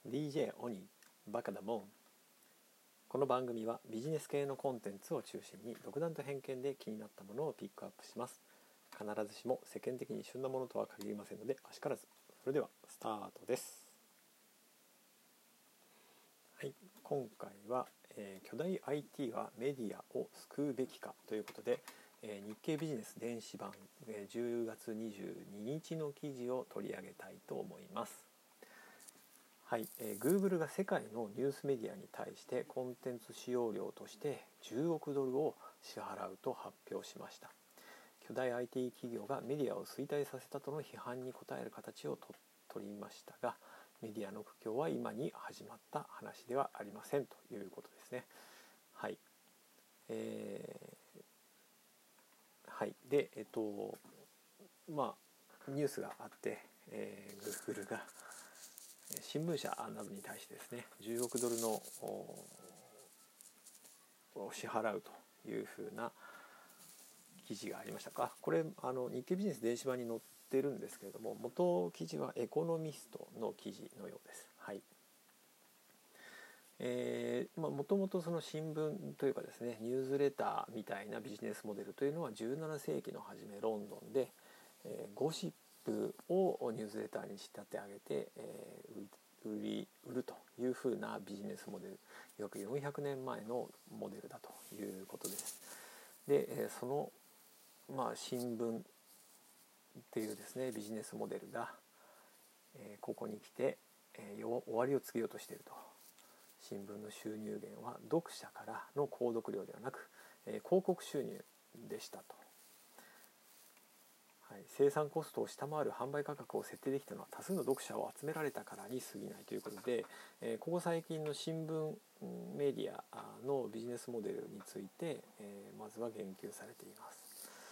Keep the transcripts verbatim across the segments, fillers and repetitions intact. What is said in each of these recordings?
ディージェー オニーバカだもん。この番組はビジネス系のコンテンツを中心に独断と偏見で気になったものをピックアップします。必ずしも世間的に旬なものとは限りませんのであしからず。それではスタートです。はい、今回は、えー、巨大 アイティー はメディアを救うべきかということで、えー、日経ビジネス電子版、えー、じゅうがつにじゅうににちの記事を取り上げたいと思います。はい、えー、Google が世界のニュースメディアに対してコンテンツ使用料としてじゅうおくドルを支払うと発表しました。巨大 アイティー 企業がメディアを衰退させたとの批判に応える形をと取りましたが、メディアの苦境は今に始まった話ではありませんということですね。はい、えー、はいでえっとまあニュースがあって、えー、Google が新聞社などに対してですねじゅうおくドルの支払うというふうな記事がありましたか。これあの日経ビジネス電子版に載ってるんですけれども、元記事はエコノミストの記事のようです。はい。えーまあ、もともとその新聞というかですねニュースレターみたいなビジネスモデルというのはじゅうななせいきの初めロンドンで、えー、ゴシップをニュースレターに仕立て上げて、えー、売り売るというふうなビジネスモデル、約よんひゃくねんまえのモデルだということです。で、えー、その、まあ、新聞っていうですねビジネスモデルが、えー、ここに来て、えー、終わりを告げようとしていると。新聞の収入源は読者からの購読料ではなく、えー、広告収入でしたと、はい、生産コストを下回る販売価格を設定できたのは多数の読者を集められたからに過ぎないということで、えー、ここ最近の新聞メディアのビジネスモデルについて、えー、まずは言及されています。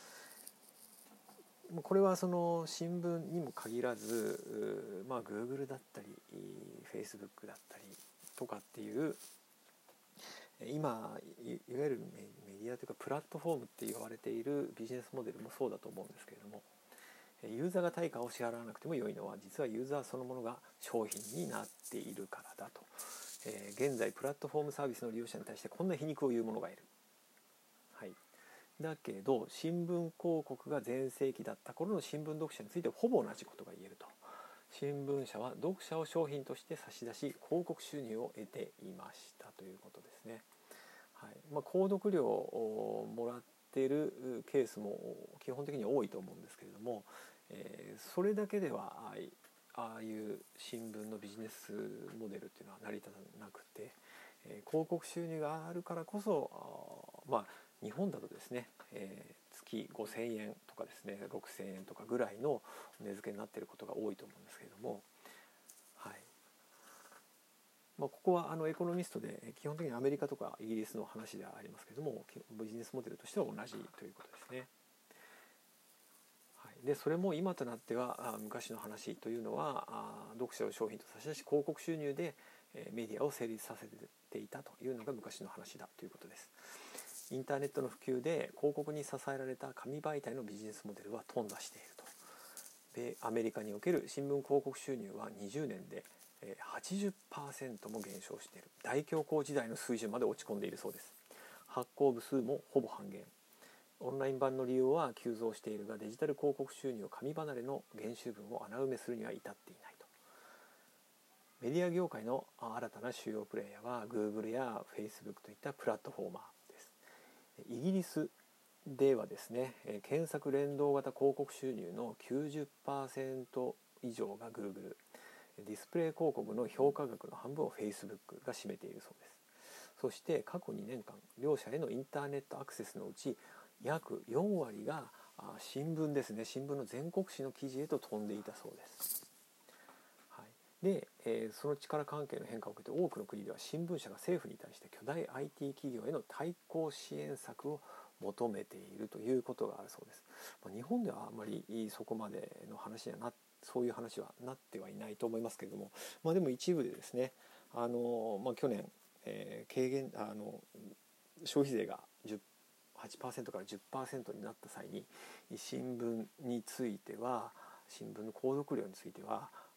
これはその新聞にも限らず、まあ、Google だったり Facebook だったりとかっていう今いわゆるメディアというかプラットフォームって言われているビジネスモデルもそうだと思うんですけれども、ユーザーが対価を支払わなくても良いのは実はユーザーそのものが商品になっているからだと、えー、現在プラットフォームサービスの利用者に対してこんな皮肉を言う者がいる。はい、だけど新聞広告が全盛期だった頃の新聞読者についてほぼ同じことが言えると。新聞社は読者を商品として差し出し広告収入を得ていましたということですね。はい、まあ、購読料をもらっているケースも基本的に多いと思うんですけれども、えー、それだけではああいう新聞のビジネスモデルっていうのは成り立たなくて、えー、広告収入があるからこそまあ日本だとですね、えー、月ごせんえんとかですねろくせんえんとかぐらいの値付けになっていることが多いと思うんですけれども、はい、まあ、ここはあのエコノミストで基本的にアメリカとかイギリスの話ではありますけれども、ビジネスモデルとしては同じということですね。はい、でそれも今となっては昔の話というのは読者を商品と差し出し広告収入でメディアを成立させていたというのが昔の話だということです。インターネットの普及で広告に支えられた紙媒体のビジネスモデルは頓挫していると。でアメリカにおける新聞広告収入はにじゅうねんで はちじゅっパーセント も減少している。大恐慌時代の水準まで落ち込んでいるそうです。発行部数もほぼ半減。オンライン版の利用は急増しているが、デジタル広告収入を紙離れの減収分を穴埋めするには至っていないと。メディア業界の新たな主要プレイヤーは Google や Facebook といったプラットフォーマーです。イギリスではですね、検索連動型広告収入の きゅうじゅっパーセント 以上が Google、ディスプレイ広告の評価額の半分を Facebook が占めているそうです。そして過去にねんかん、両社へのインターネットアクセスのうち約よんわりが新聞ですね、新聞の全国紙の記事へと飛んでいたそうです。はい、で、えー、その力関係の変化を受けて多くの国では新聞社が政府に対して巨大 アイティー 企業への対抗支援策を求めているということがあるそうです。まあ、日本ではあまりそこまでの話にはなそういう話はなってはいないと思いますけれども、まあ、でも一部でですね、あの、まあ、去年、えー、軽減あの消費税がはちパーセントから じゅっパーセント になった際に新聞については新聞の購読料については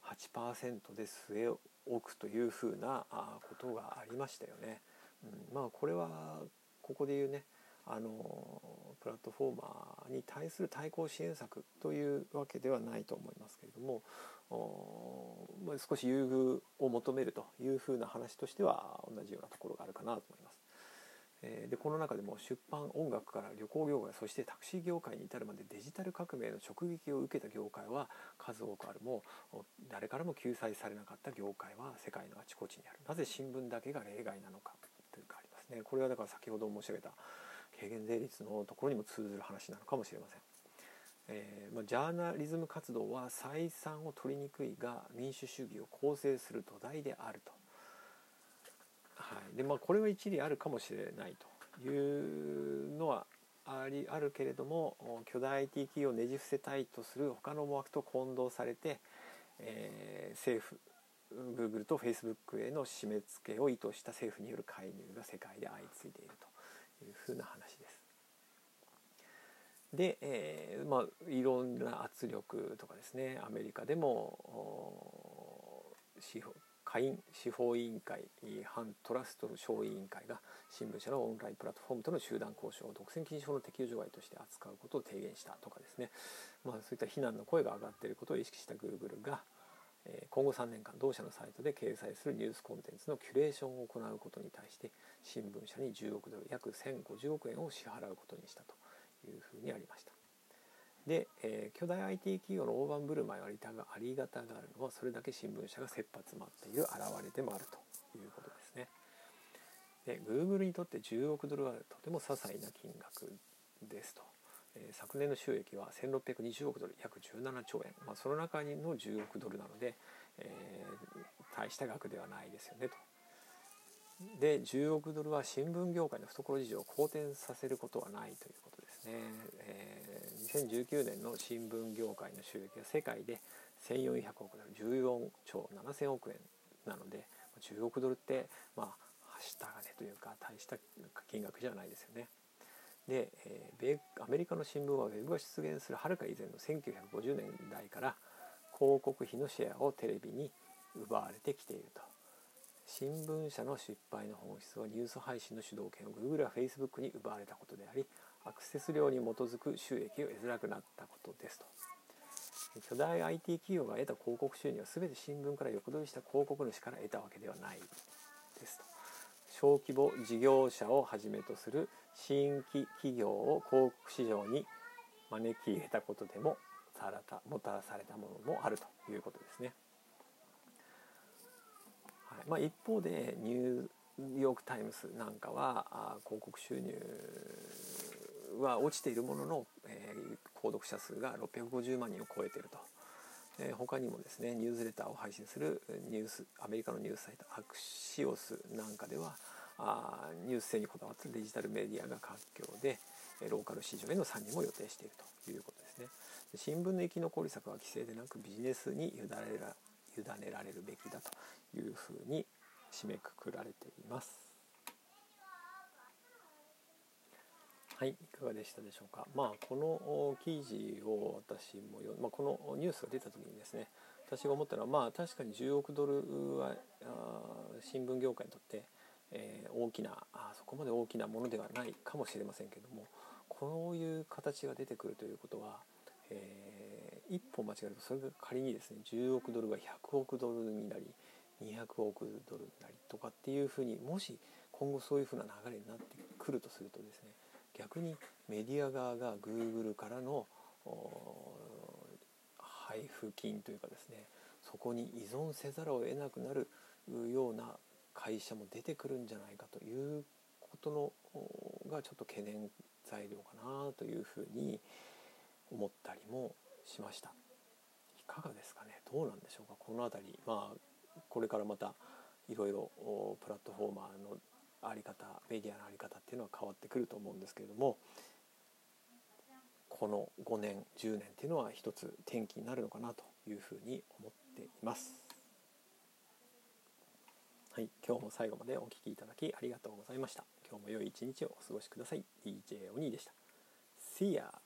はちパーセント で据え置くというふうなことがありましたよね。うん、まあこれはここでいうね、あのプラットフォーマーに対する対抗支援策というわけではないと思いますけれども、まあ、少し優遇を求めるというふうな話としては同じようなところがあるかなと思います。でこの中でも出版、音楽から旅行業界、そしてタクシー業界に至るまでデジタル革命の直撃を受けた業界は数多くあるも、誰からも救済されなかった業界は世界のあちこちにある。なぜ新聞だけが例外なのかというかありますね。これはだから先ほど申し上げた軽減税率のところにも通ずる話なのかもしれません。えーまあ、ジャーナリズム活動は採算を取りにくいが民主主義を構成する土台であると。はいでまあ、これは一理あるかもしれないというのはありあるけれども、巨大 アイティー 企業をねじ伏せたいとする他の思惑と混同されて、えー、政府 Google と Facebook への締め付けを意図した政府による介入が世界で相次いでいるというふうな話です。で、えーまあ、いろんな圧力とかですね、アメリカでも司法下院司法委員会反トラスト小委員会が新聞社のオンラインプラットフォームとの集団交渉を独占禁止法の適用除外として扱うことを提言したとかですね、まあ、そういった非難の声が上がっていることを意識した Google が今後さんねんかん同社のサイトで掲載するニュースコンテンツのキュレーションを行うことに対して新聞社にじゅうおくドル約せんごじゅうおくえんを支払うことにしたというふうにありました。で、えー、巨大 アイティー 企業の大盤振る舞いがありがたがあるのはそれだけ新聞社が切羽詰まっている表れでもあるということですね。で Google にとってじゅうおくドルはとても些細な金額ですと、えー、昨年の収益はせんろっぴゃくにじゅうおくドル約じゅうななちょうえん、まあ、その中のじゅうおくドルなので、えー、大した額ではないですよねと。でじゅうおくドルは新聞業界の懐事情を好転させることはないということですね。えー、にせんじゅうきゅうねんの新聞業界の収益は世界でせんよんひゃくおくドル、じゅうよんちょうななせんおくえんなのでじゅうおくドルってまあはした金というか大した金額じゃないですよね。で、えー、米アメリカの新聞はウェブが出現するはるか以前のせんきゅうひゃくごじゅうねんだいから広告費のシェアをテレビに奪われてきていると。新聞社の失敗の本質はニュース配信の主導権を Google や Facebook に奪われたことであり、アクセス量に基づく収益を得づらくなったことですと。巨大 アイティー 企業が得た広告収入は全て新聞から横取りした広告主から得たわけではないですと。小規模事業者をはじめとする新規企業を広告市場に招き入れたことでももたらされたものもあるということですね。まあ、一方でニューヨークタイムズなんかは広告収入は落ちているものの、えー、購読者数がろっぴゃくごじゅうまんにんを超えていると。えー、他にもですねニュースレターを配信するニュースアメリカのニュースサイトアクシオスなんかではあニュース性にこだわったデジタルメディアが活況でローカル市場への参入も予定しているということですね。新聞の生き残り策は規制でなくビジネスに委ねられる委ねられるべきだというふうに締めくくられています。はい、いかがでしたでしょうか。まあこの記事を私も読、まあ、このニュースが出た時にですね、私が思ったのはまあ確かにじゅうおくドルは新聞業界にとって、えー、大きなあそこまで大きなものではないかもしれませんけども、こういう形が出てくるということは、えー、一歩間違えるとそれが仮にですねじゅうおくドルがひゃくおくドルになりにひゃくおくドルになりとかっていうふうにもし今後そういうふうな流れになってくるとするとですね、逆にメディア側が Google からの配布金というかですね、そこに依存せざるを得なくなるような会社も出てくるんじゃないかということのがちょっと懸念材料かなというふうに思ったりもしました。いかがですかね。どうなんでしょうか。このあたり、まあこれからまたいろいろプラットフォーマーのあり方、メディアのあり方っていうのは変わってくると思うんですけれども、このごねんじゅうねんっていうのは一つ転機になるのかなというふうに思っています。はい、今日も最後までお聞きいただきありがとうございました。今日も良い一日をお過ごしください。ディージェー おにいでした。See ya!